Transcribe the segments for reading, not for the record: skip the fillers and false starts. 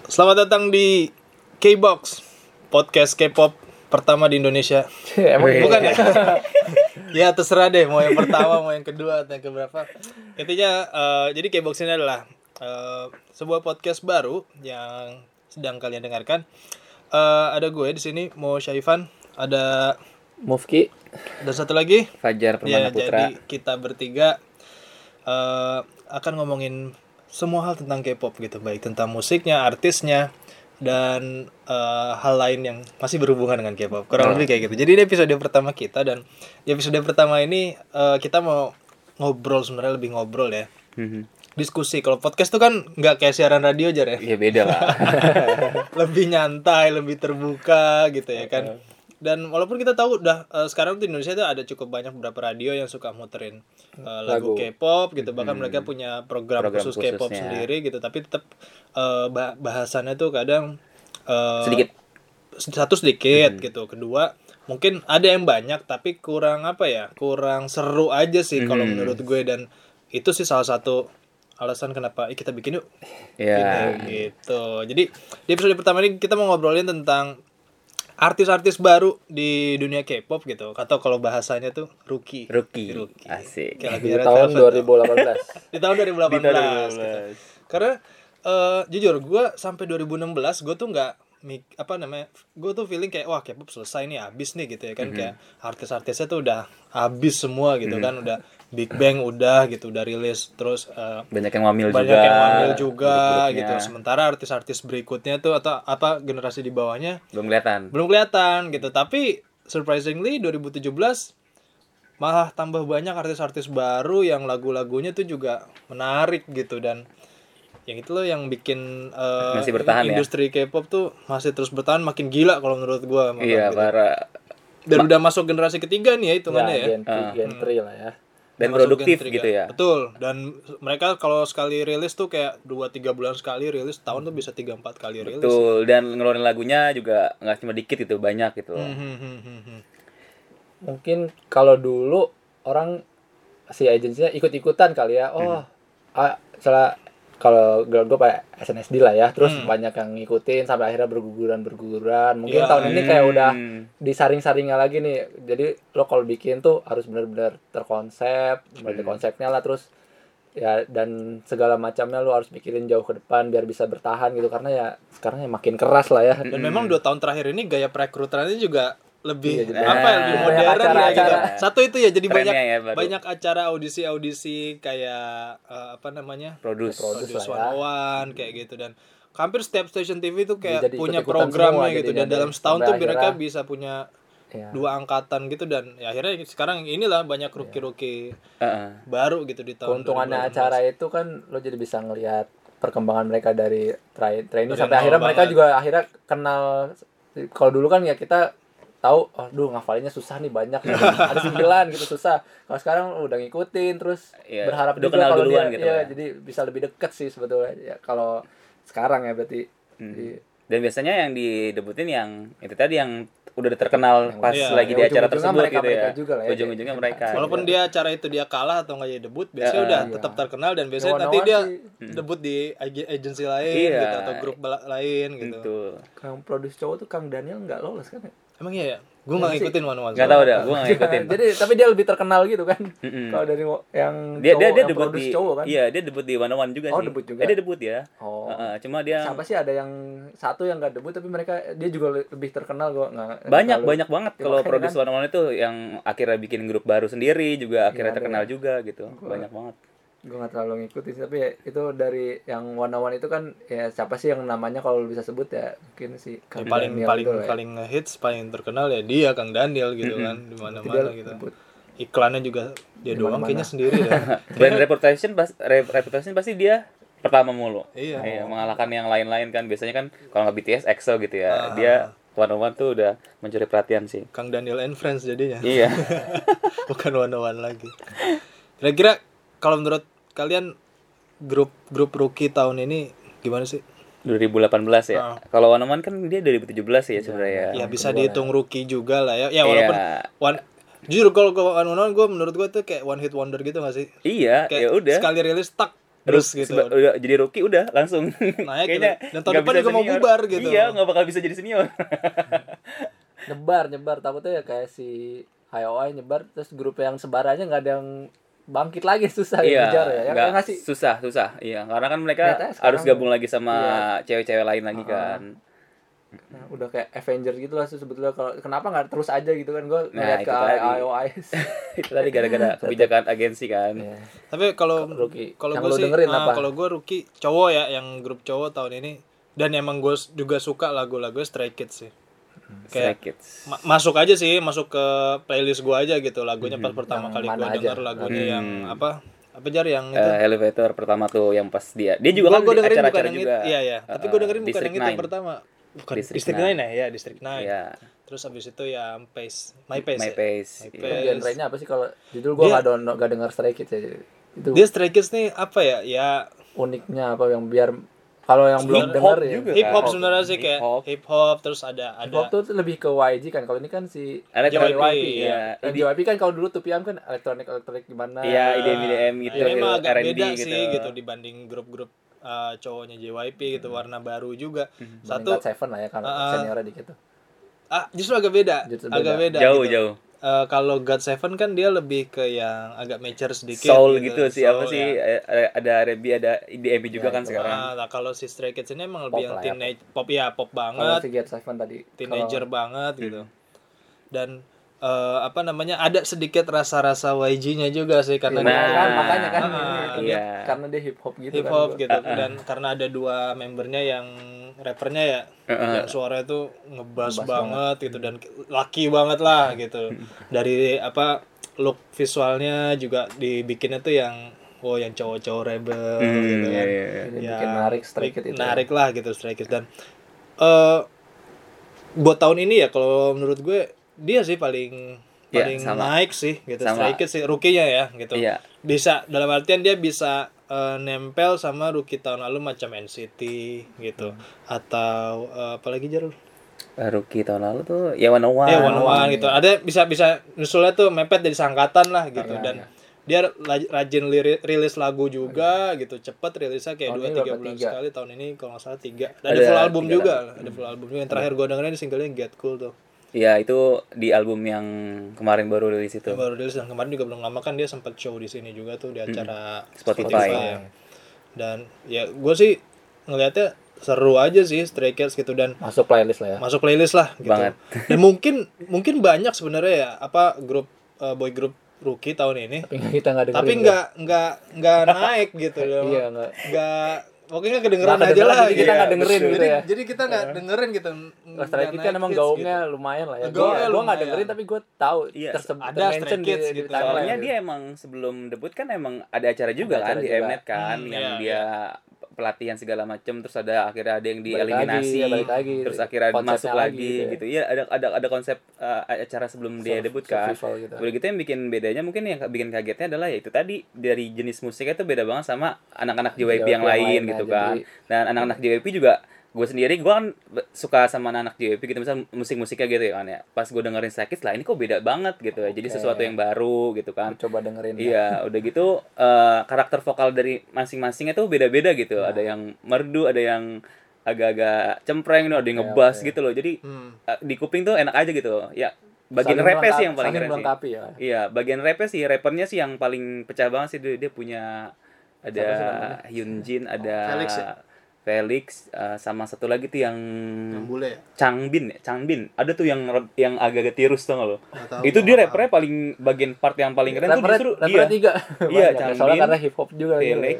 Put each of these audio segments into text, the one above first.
Selamat datang di K-Box, podcast K-pop pertama di Indonesia. Emang Bukan ya? Ya terserah deh, mau yang pertama, mau yang kedua, atau yang keberapa. Intinya, jadi K-Box ini adalah sebuah podcast baru yang sedang kalian dengarkan. Ada gue di sini, Mo Syaifan, ada Mufki, dan satu lagi. Fajar Permana Putra. Jadi kita bertiga akan ngomongin semua hal tentang K-pop gitu, baik tentang musiknya, artisnya, dan hal lain yang masih berhubungan dengan K-pop. Kurang lebih kayak gitu. Jadi ini episode pertama kita, dan di episode pertama ini kita mau ngobrol, sebenarnya lebih ngobrol ya. Diskusi. Kalau podcast tuh kan nggak kayak siaran radio aja ya. Iya beda lah. Lebih nyantai, lebih terbuka gitu ya kan. Dan walaupun kita tahu udah sekarang tuh di Indonesia tuh ada cukup banyak beberapa radio yang suka muterin lagu K-pop gitu, bahkan mereka punya program khusus K-pop sendiri gitu, tapi tetap bahasannya tuh kadang sedikit gitu. Kedua, mungkin ada yang banyak tapi kurang kurang seru aja sih kalau menurut gue, dan itu sih salah satu alasan kenapa kita bikin yuk gitu. Jadi di episode pertama ini kita mau ngobrolin tentang artis-artis baru di dunia K-pop gitu, atau kalau bahasanya tuh rookie. Asik. Di tahun 2018. Di tahun 2018. Gitu. Karena jujur gue sampai 2016 gue tuh nggak gue tuh feeling kayak wah K-pop selesai nih, habis nih gitu ya kan. Kayak artis-artisnya tuh udah habis semua gitu kan, udah Big Bang udah gitu, udah rilis, terus banyak yang ngambil juga gitu. Sementara artis-artis berikutnya tuh atau generasi di bawahnya belum kelihatan gitu. Tapi surprisingly 2017 malah tambah banyak artis-artis baru yang lagu-lagunya tuh juga menarik gitu, dan yang itu loh yang bikin masih bertahan industri K-pop tuh masih terus bertahan, makin gila kalau menurut gua. Iya, gitu. para. Dan udah masuk generasi ketiga nih ya hitungannya ya. Gen 3 lah ya. Dan produktif gitu ya. Betul. Dan mereka kalau sekali rilis tuh kayak 2-3 bulan sekali rilis, tahun tuh bisa 3-4 kali rilis. Betul. Dan ngeluarin lagunya juga nggak cuma dikit gitu, banyak gitu. Mungkin kalau dulu orang si agensinya ikut-ikutan kali ya. Salah kalau gue pakai SNSD lah ya. Terus banyak yang ngikutin sampai akhirnya berguguran. Mungkin tahun ini kayak udah disaring-saringnya lagi nih. Jadi lo kalau bikin tuh harus benar-benar terkonsep, ada konsepnya lah, terus ya dan segala macamnya lo harus mikirin jauh ke depan biar bisa bertahan gitu, karena ya sekarang ya makin keras lah ya. Dan memang 2 tahun terakhir ini gaya perekrutannya juga lebih lebih modern ya gitu. Satu itu ya, jadi banyak ya, acara audisi kayak Produce 101 kayak gitu, dan hampir setiap stasiun TV itu kayak jadi punya ikut-ikutan programnya semua gitu, dan dalam setahun tuh mereka bisa punya 2 angkatan gitu, dan ya akhirnya sekarang inilah banyak rookie baru gitu di tahun. Keuntungannya acara itu kan lo jadi bisa ngelihat perkembangan mereka dari training sampai akhirnya mereka juga akhirnya kenal. Kalau dulu kan ya kita tahu, ngafalinnya susah nih, banyak ada 9 gitu, susah. Kalau sekarang udah ngikutin terus berharap juga kalau dia gitu jadi bisa lebih deket sih sebetulnya ya kalau sekarang ya berarti. Dan biasanya yang didebutin yang itu tadi yang udah terkenal pas lagi di acara tersebut gitu ya. Ujung-ujungnya mereka. Walaupun dia acara itu dia kalah atau nggak jadi debut, biasanya udah tetap terkenal, dan biasanya nanti dia debut di agensi lain gitu atau grup lain gitu. Kang produs cowok tuh Kang Daniel nggak lolos kan ya? Emang iya ya? Gue nggak ngikutin One. Nggak tahu dah, gue nggak ngikutin. Jadi tapi dia lebih terkenal gitu kan. Kalau dari yang dia yang debut di cowok kan. Iya, dia debut di One juga sih. Debut juga. Dia debut ya. Cuma dia siapa sih, ada yang satu yang nggak debut tapi dia juga lebih terkenal. Gue nggak banyak banget kalau produs One itu yang akhirnya bikin grup baru sendiri juga akhirnya terkenal juga gitu. Banyak banget. Gue nggak terlalu ngikutin, tapi ya itu dari yang One itu kan ya siapa sih yang namanya kalau bisa sebut ya mungkin si Kang paling ngehits, paling terkenal ya dia Kang Daniel gitu kan, di mana-mana gitu. Iklannya juga dia doang kayaknya sendiri dah. Brand reputation pasti dia pertama mulu. Iya, mengalahkan yang lain-lain kan. Biasanya kan kalau nggak BTS, EXO gitu ya. Dia One tuh udah mencuri perhatian sih. Kang Daniel and Friends jadinya. Iya. Bukan One lagi. Kira-kira kalau menurut kalian grup rookie tahun ini gimana sih? 2018 ya. Kalau One kan dia 2017 ya sebenarnya. Ya bisa dihitung rookie juga lah ya. Ya walaupun jujur kalau One gue menurut gue tuh kayak one hit wonder gitu nggak sih? Iya, ya udah. Sekali rilis tak terus gitu. Udah jadi rookie udah langsung Naik kayaknya gitu. Dan tahun depan juga mau bubar gitu. Iya, nggak bakal bisa jadi senior. nyebar takutnya ya kayak si IOI nyebar terus grup yang sebarannya nggak ada yang bangkit lagi, susah Iya, ngejar ya. Yang ngasih susah. Iya, karena kan mereka Ternyata sekarang harus gabung lagi sama cewek-cewek lain lagi kan. Nah, udah kayak Avenger gitu lah sebetulnya. Kalau kenapa nggak terus aja gitu kan, gue Nah, ngeliat itu ke tadi. IOI. Itu tadi gara-gara kebijakan agensi kan. Iya. Tapi kalau Rookie. kalau Yang gue lu sih dengerin apa? kalau gue rookie cowok ya, yang grup cowok tahun ini, dan emang gue juga suka lagu-lagu Stray Kids sih. Stray Kayak Kids. masuk aja sih, masuk ke playlist gue aja gitu lagunya pas pertama Yang kali mana gue aja? denger lagunya yang apa Jar yang itu. Elevator pertama tuh yang pas dia juga kan Gua di dengerin bukan acara-acara yang juga. itu. Iya. Tapi gue dengerin bukan District yang itu yang 9. pertama. Bukan District District 9 ya, District 9. Iya. Terus habis itu ya Pace, My Pace. My ya? Pace. My Iya. Pace. Genrenya apa sih kalau judul gue Dia- nggak denger Stray Kids ya. Itu Dia Stray Kids nih apa ya? Ya uniknya apa yang biar kalau yang belum Hip hop denger ya. juga. hip hop kan? sebenarnya sih, kayak Hip-hop. hip hop terus ada Hip hop tuh lebih ke YG kan. Kalau ini kan si Electronic, JYP, iya. Dan JYP kan kalau dulu tuh PM kan elektronik Iya, gimana. IDM gitu. ini mah agak R&B beda sih gitu dibanding grup-grup cowoknya JYP gitu, warna baru juga. Satu Satu Seven lah ya kalau seniornya dikit tuh. Justru agak beda. Justru Agak beda. beda Jauh. gitu. Kalau God7 kan dia lebih ke yang agak mature sedikit Soul gitu sih, apa Soul, sih? ya. Ada R&B, ada IDM juga kan itu. sekarang. Nah, kalau si Stray Kids ini emang Pop lebih yang lah ya, teenage pop ya, pop Kalau banget, si Get Seven tadi teenager banget gitu. Dan apa namanya, ada sedikit rasa-rasa YG-nya juga sih karena Nah, dia makanya kan iya. karena dia hip hop gitu hip kan. hop gitu, dan karena ada dua membernya yang rappernya ya, yang suaranya tuh ngebass banget gitu dan laki banget lah gitu. Dari apa look visualnya juga dibikinnya tuh yang yang cowok-cowok rebel gitu kan. Ini bikin menarik Stray Kids itu. Menarik lah gitu Stray Kids. Dan buat tahun ini ya kalau menurut gue dia sih paling sama. naik sih gitu. Sama. Stray Kids sih rookie-nya ya gitu. Iya. Bisa dalam artian dia bisa nempel sama rookie tahun lalu macam NCT gitu. Atau apalagi Jarul? Rookie tahun lalu tuh ya 101. One gitu. Ada bisa nusulnya tuh mepet dari sangkatan lah gitu. Dan dia rajin rilis lagu juga gitu, cepet rilisnya kayak Tahun ini 2-3 berapa? bulan 3? sekali. Tahun ini kalau nggak salah 3. Ada full album juga, ada full album juga. Yang terakhir gue dengerin singlenya Get Cool tuh. Iya, itu di album yang kemarin baru rilis itu. Yang baru rilis, dan kemarin juga belum lama kan dia sempat show di sini juga tuh di acara Spotify. ya. Dan ya gue sih ngelihatnya seru aja sih Stray Kids gitu, dan Masuk playlist lah ya. masuk playlist lah gitu. Banget. Dan mungkin banyak sebenarnya ya apa grup boy group rookie tahun ini. Tapi kita nggak dengerin. Tapi nggak naik gitu loh. Iya, nggak pokoknya kedengeran Nggak aja kedengeran, lah. jadi kita nggak dengerin gitu ya. Jadi kita nggak dengerin gitu. Stray Kids kan emang gaungnya lumayan lah ya. Gaungnya Gue nggak lumayan. dengerin tapi gue tahu Iya, ada Stray Kids di gitu. timeline Soalnya gitu. dia emang sebelum debut kan emang ada acara juga kan Ada acara di juga. Mnet kan yang iya, dia pelatihan segala macam, terus akhirnya ada yang dieliminasi, balik lagi. terus akhirnya Konsepnya masuk lagi gitu ya. gitu. Iya, ada konsep acara sebelum dia debut kan. Survival gitu. Udah gitu yang bikin bedanya mungkin yang bikin kagetnya adalah ya itu tadi dari jenis musiknya itu beda banget sama anak-anak JYP yang lain gitu ya, kan. jadi- Dan anak-anak JYP juga gue sendiri kan suka sama anak-anak JYP gitu, misal musik-musiknya gitu ya kan ya. Pas gue dengerin Stray Kids lah ini kok beda banget gitu ya. Jadi sesuatu yang baru gitu kan. Coba dengerin. Iya, udah gitu karakter vokal dari masing-masingnya tuh beda-beda gitu. Ada yang merdu, ada yang agak-agak cempreng, ada yang ngebass gitu loh. Jadi di kuping tuh enak aja gitu. Ya, bagian rapnya sih yang paling keren sih. Melengkapi ya. Iya, bagian rapnya sih, rappernya sih yang paling pecah banget sih. Dia punya ada Hyunjin, ada Felix ya? Felix, sama satu lagi tuh yang bule ya? Changbin. Ada tuh yang agak-agak tirus tuh nggak lo? Nggak tahu, Itu nggak dia paham. rappernya paling bagian part yang paling keren tuh justru dia. Rappernya 3. Iya, Banyak ya, Changbin, soalnya karena hip hop juga gitu. Felix,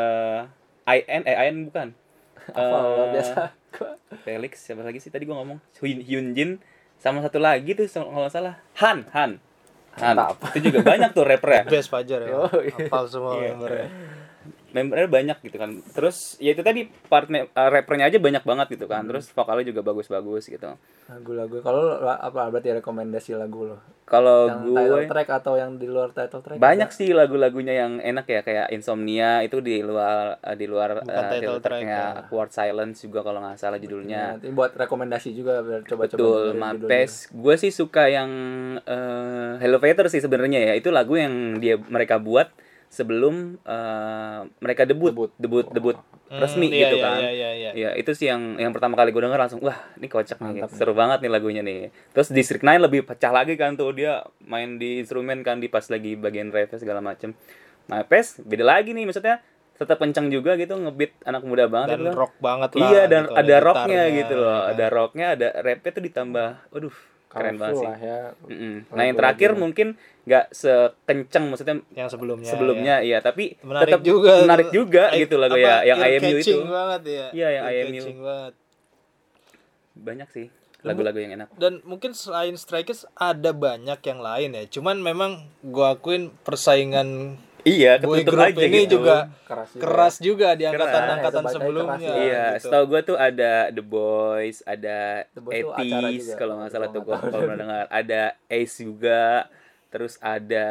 IN bukan. Apa luar biasa. Felix, siapa lagi sih tadi gua ngomong? Hyunjin, sama satu lagi tuh kalau nggak salah Han. Mantap. Itu juga banyak tuh rappernya. Best Fajar ya. Yoi. Hafal semua Iya. membernya. Membernya banyak gitu kan. Terus ya itu tadi rappernya aja banyak banget gitu kan. Terus vokalnya juga bagus-bagus gitu. Lagu-lagu kalau lo apa berarti rekomendasi lagu lo? Kalau Yang title gue track atau yang di luar title track? banyak sih lagu-lagunya yang enak ya, kayak Insomnia itu di luar Bukan title track, ya. Awkward Silence juga kalau nggak salah judulnya. Nanti buat rekomendasi juga biar coba-coba. Betul, dengerin Mapes. Gue sih suka yang Elevator sih sebenarnya ya. Itu lagu yang mereka buat sebelum mereka debut resmi Iya, gitu iya, kan. iya, iya, iya. Ya, itu sih yang pertama kali gue denger langsung, wah ini kocak nih, Mantap seru banget nih lagunya nih. Terus District 9 lebih pecah lagi kan tuh, dia main di instrumen kan di pas lagi bagian rap segala macem. Nah, PES beda lagi nih, maksudnya tetap kenceng juga gitu, ngebeat anak muda banget Dan itu. rock banget lah. Iya, dan gitu, ada rocknya gitarnya, gitu loh, ya kan. ada rocknya, ada rapnya tuh ditambah, waduh keren banget Colorful sih. lah ya. Nah yang terakhir mungkin nggak sekenceng maksudnya Yang sebelumnya. sebelumnya ya, tapi Menarik tetap juga. menarik juga gitu lagu ya, yang ear IMU itu. catching banget ya. Iya, yang Ear IMU. catching banget. Banyak sih lagu-lagu yang enak. Dan mungkin selain Stray Kids ada banyak yang lain ya. Cuman memang gua akuin persaingan Iya, boy ketutup group aja ini gitu. juga Keras juga. keras juga di Keras. angkatan-angkatan Hebat, sebelumnya. keras ya. Iya, gitu. setahu gue tuh ada The Boys, ada The Boys tuh acara Etis juga. kalau nggak salah Gua tuh nggak gue tahu. kalau pernah dengar. Ada Ace juga, terus ada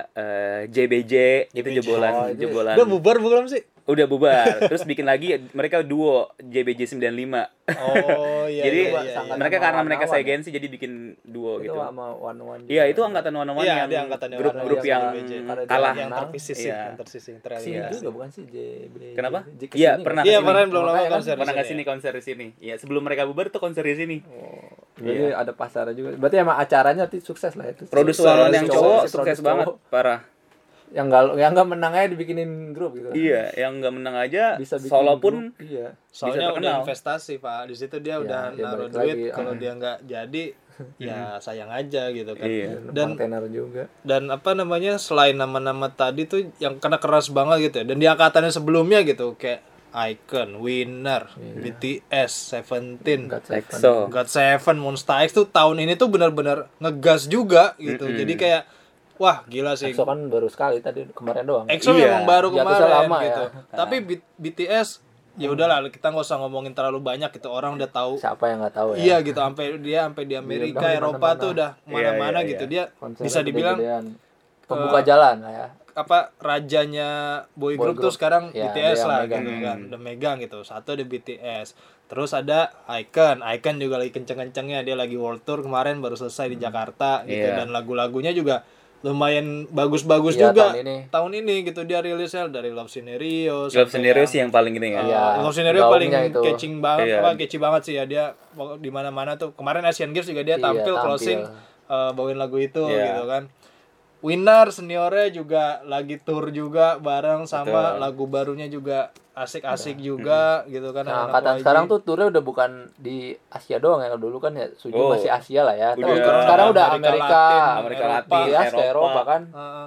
JBJ, itu JBJ. jebolan Oh, itu jebolan. Udah bubar belum sih? Udah bubar. Terus bikin lagi mereka duo JBJ 95. Oh iya. Jadi iya, iya, iya. mereka Sama karena mereka One-One segensi jadi bikin duo Itu gitu. sama One-One. Iya, itu angkatan one-one Iya, yang dia angkatannya grup-grup One-One yang JBJ. kalah. yang tersisih, Iya. yang tersisih Sini tereliminasi. juga bukan sih JB. Kenapa? Kesini Iya, nggak pernah sih? Iya, kesini. kemarin belum lama Makanya kan konser. Pernah di ke sini sini konser di sini. Iya, sebelum mereka bubar tuh konser di sini. Oh, jadi ada pasarnya juga. Berarti emang acaranya tuh sukses lah itu. Produser Sukses, yang sukses, cowok sukses, sukses produser banget, cowok. parah. Yang enggak menang aja dibikinin grup gitu. Iya, yang nggak menang aja Bisa bikin solo pun grup, iya. Soalnya bisa udah terkenal. investasi Pak. Di situ dia Ya, udah ya naruh balik duit. lagi, Kalau dia nggak jadi, ya sayang aja gitu kan. Iya. Dan tenar juga. dan apa namanya, selain nama-nama tadi tuh yang kena keras banget gitu ya. Dan di angkatannya sebelumnya gitu kayak Icon, Winner, BTS, Seventeen, God Seven. EXO. GOT7, Monsta X tuh tahun ini tuh benar-benar ngegas juga gitu. Jadi kayak wah gila sih. EXO kan baru sekali tadi kemarin doang. EXO Iya. memang baru Hiatusnya kemarin lama gitu. ya. Tapi BTS ya udahlah, kita nggak usah ngomongin terlalu banyak gitu, orang udah tahu. Siapa yang nggak tahu ya? Iya gitu, sampai di Amerika, Iya, Eropa dimana-mana. tuh udah mana-mana iya, gitu. iya. Dia Konsernya bisa dibilang gede-gedean. Pembuka jalan lah ya. apa rajanya boy Boy group tuh group. sekarang Ya, BTS dia yang lah megang. gitu kan, udah megang gitu. Satu ada BTS, terus ada Icon juga lagi kenceng-kencengnya, dia lagi world tour kemarin baru selesai di Jakarta gitu. Iya. Dan lagu-lagunya juga lumayan bagus-bagus Iya, juga tahun ini. gitu. Dia rilisnya dari Love Scenario Love Scenario sih yang paling gini ya. Iya. Love Scenario paling gaungnya itu. catching banget, Iya. catchy banget sih ya. Dia di mana-mana tuh. Kemarin Asian Games juga dia Iya, tampil tampil. closing bawain lagu itu Iya. gitu kan. Winner seniornya juga lagi tour juga bareng sama Betul. lagu barunya juga asik-asik juga gitu kan. Nah, anak-anak angkatan YG. sekarang tuh turnya udah bukan di Asia doang ya. Dulu kan ya Suju Oh. masih Asia lah ya. Tapi Udah sekarang udah Amerika Amerika, Latin, Amerika Eropa. Latin, Iya, ke Eropa kan.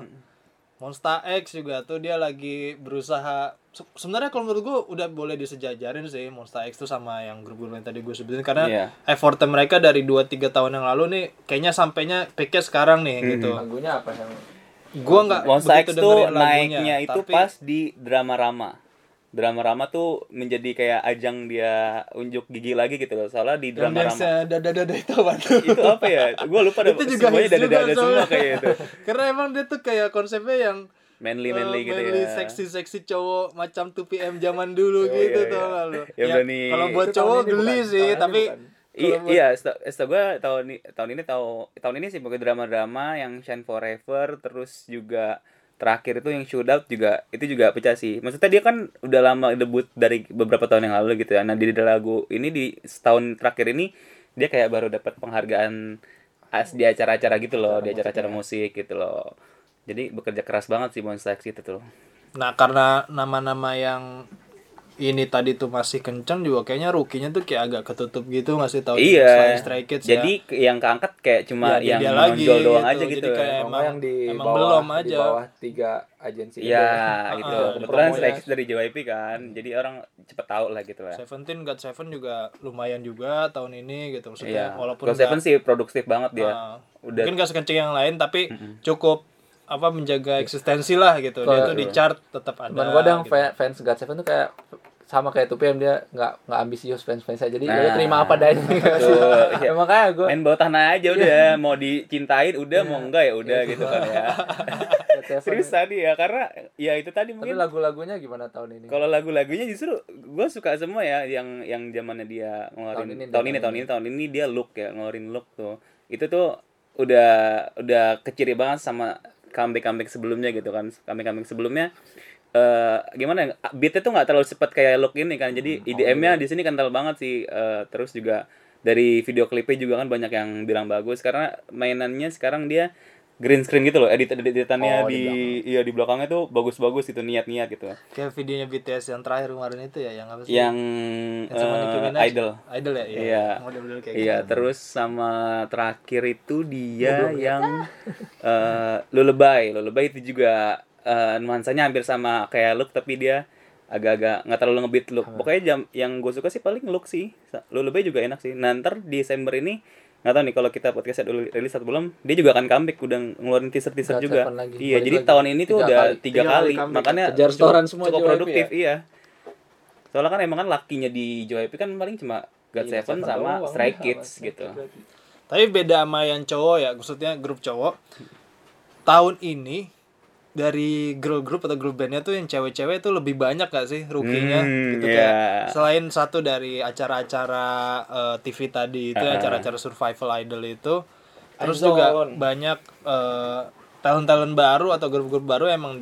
Monsta X juga tuh dia lagi berusaha. Sebenarnya kalau menurut gue udah boleh disejajarin sih Monsta X tuh sama yang grup-grup yang tadi gue sebutin, karena Iya. effortnya mereka dari 2-3 tahun yang lalu nih kayaknya sampainya peaknya sekarang nih gitu. Lagunya apa yang Gua nggak Monsta X begitu tuh dengerin lagunya, naiknya itu tapi pas di Drama Rama. Drama Rama tuh menjadi kayak ajang dia unjuk gigi lagi gitu loh. Soalnya di yang Drama Rama dance-nya dada-dada itu apa tuh? itu apa ya? Gua lupa dah. Itu juga Semuanya hits juga dada-dada semua soalnya. kayak itu. Karena emang dia tuh kayak konsepnya yang Manly gitu manly, ya. seksi cowok macam 2PM zaman dulu Oh, gitu iya, tau iya. gak lu? Yang Ya, berani- kalau buat Itu cowok tahun ini geli bukan, sih, tahun ini tapi bukan. Iya, setahu gue tahun ini sih pakai drama-drama yang Shine Forever, terus juga terakhir itu yang Shootout juga itu juga pecah sih. Maksudnya dia kan udah lama debut dari beberapa tahun yang lalu gitu ya. Nah, di lagu ini di setahun terakhir ini dia kayak baru dapat penghargaan di acara-acara gitu loh, di acara-acara musik gitu loh. Jadi bekerja keras banget sih Monsta X itu tuh. nah karena nama-nama yang ini tadi tuh masih kenceng juga, kayaknya rookie-nya tuh kayak agak ketutup gitu, ngasih tahu selain Iya. Stray Kids Jadi ya. yang keangkat kayak cuma Ya, yang dia lagi menonjol doang gitu. aja gitu. Jadi kayak Kalau nggak yang di emang bawah, belum di aja. bawah 3 agensi Iya, itu. gitu. Ah, Kebetulan promonya. Stray Kids dari JYP kan. Jadi orang cepet tahu lah gitu lah. Seventeen, GOT7 juga lumayan juga tahun ini gitu, maksudnya Iya. walaupun Kalau Seven sih produktif banget dia. Udah. mungkin gak sekenceng yang lain tapi cukup apa menjaga eksistensi lah gitu. Dia tuh di chart tetap ada. Cuman gua ada yang gitu. fans GOT7 tuh kayak sama kayak 2PM, dia nggak ambisius fans-fansnya, jadi Nah, dia terima apa adanya. betul, iya. Ya, makanya gue Main bawah tanah aja udah, mau dicintain udah, mau enggak ya udah gitu kan ya. Serius tadi ya, karena ya itu tadi Tapi mungkin lagu-lagunya gimana tahun ini? kalau lagu-lagunya justru gue suka semua ya, yang zamannya dia ngeluarin tahun ini dia look ya, ngeluarin look tuh. Itu tuh udah keciri banget sama comeback sebelumnya gitu kan. Comeback sebelumnya gimana ya, beatnya tuh nggak terlalu cepat kayak Look ini kan, jadi EDM-nya di sini kental banget sih. Terus juga dari video klipnya juga kan banyak yang bilang bagus karena mainannya sekarang dia green screen gitu loh, editannya di belakangnya tuh bagus-bagus gitu, niat-niat gitu. Kayak videonya BTS yang terakhir kemarin itu ya, yang apa sih? Yang sama Nicki Minaj. Idol ya? Iya. Model-model kayak iya, gitu. terus sama terakhir itu dia yang Lullaby itu juga nuansanya hampir sama kayak Look, tapi dia agak-agak nggak terlalu ngebeat Look. Pokoknya yang gue suka sih paling Look sih. Lullaby juga enak sih. Nah, ntar Desember ini nggak tahu nih kalau kita podcastnya dulu rilis 1 bulan, dia juga akan comeback, udah ngeluarin teaser juga. Iya, jadi tahun ini tuh udah 3 kali, makanya cukup produktif. Iya. Soalnya kan emang kan lakinya di JYP kan paling cuma GOT7 sama Stray Kids gitu. Tapi beda sama yang cowok ya, maksudnya grup cowok. Tahun ini dari girl group atau grup bandnya tuh yang cewek-cewek tuh lebih banyak gak sih rookie-nya gitu kayak selain satu dari acara-acara TV tadi itu acara-acara survival idol itu, terus juga banyak talent-talent baru atau grup-grup baru emang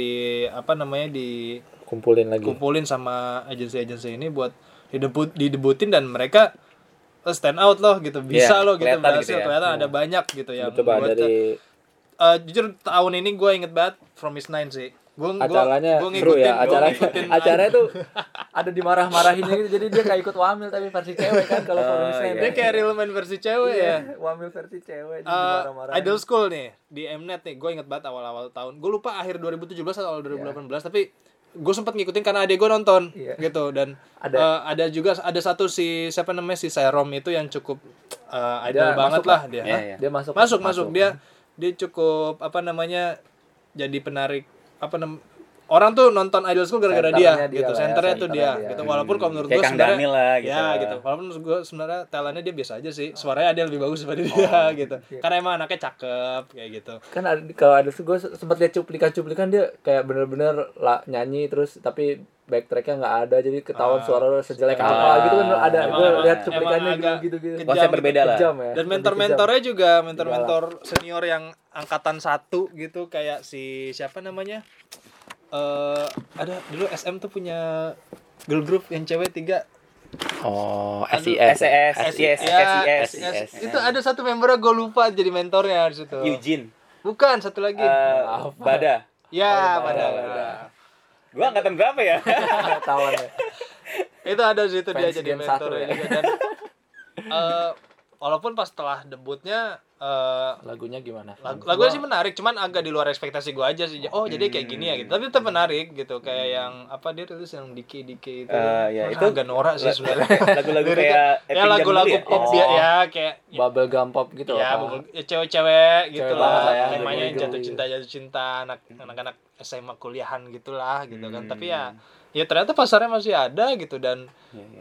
kumpulin sama agensi-agensi ini buat didebutin dan mereka stand out loh gitu, bisa loh gitu, berhasil gitu ya. Kelihatan ada banyak gitu yang jujur tahun ini gue inget banget From Is Nine sih. Acaranya seru ya, acaranya tuh ada dimarah-marahinnya gitu, jadi dia kayak ikut Wamil tapi versi cewek kan kalau From Is Nine. Dia kayak real man versi cewek ya. Wamil versi cewek jadi dimarah-marahin. Idol School nih di Mnet nih, gue inget banget awal-awal tahun. Gue lupa akhir 2017 atau awal 2018 tapi gue sempat ngikutin karena adek gue nonton gitu, dan ada juga satu si siapa namanya si Serom itu yang cukup idol banget lah dia. Dia masuk dia cukup jadi penarik orang tuh nonton Idol School gara-gara dia gitu. Senternya tuh dia gitu. Walaupun kalau menurut gue sebenarnya gitu. Walaupun menurut gue sebenarnya talentnya dia biasa aja sih. Suaranya dia lebih bagus daripada dia gitu. Karena emang anaknya cakep kayak gitu. Kan kalau Idol School gue sempat lihat cuplikan dia kayak bener-bener nyanyi terus tapi backtracknya nggak ada, jadi ketahuan suara sejelek apa gitu kan ada. Gue lihat cuplikannya gitu. Konsep berbeda lah. Ya. Dan mentor-mentornya juga mentor senior yang angkatan 1 gitu, kayak si siapa namanya? Ada dulu SM tuh punya girl group yang cewek 3. SES. Itu ada satu membernya gue lupa jadi mentornya di situ. Eugene. Bukan, satu lagi. Bada. Ya, Bada. Gua angkatan berapa ya? Tawan ya. Itu ada di situ dia jadi mentornya juga, dan walaupun pas setelah debutnya lagunya gimana? Lagunya sih menarik, cuman agak di luar ekspektasi gue aja sih. Oh, jadi kayak gini ya gitu. Tapi tetap menarik gitu, kayak yang apa dia rilis yang Dike itu. Itu agak norak sih sebenarnya. Lagu-lagu kayak lagu-lagu pop ya kayak bubblegum pop gitu loh. Ya cewek-cewek gitu lah. Temanya jatuh cinta anak-anak SMA kuliahan gitulah gitu kan. Tapi ya ternyata pasarnya masih ada gitu, dan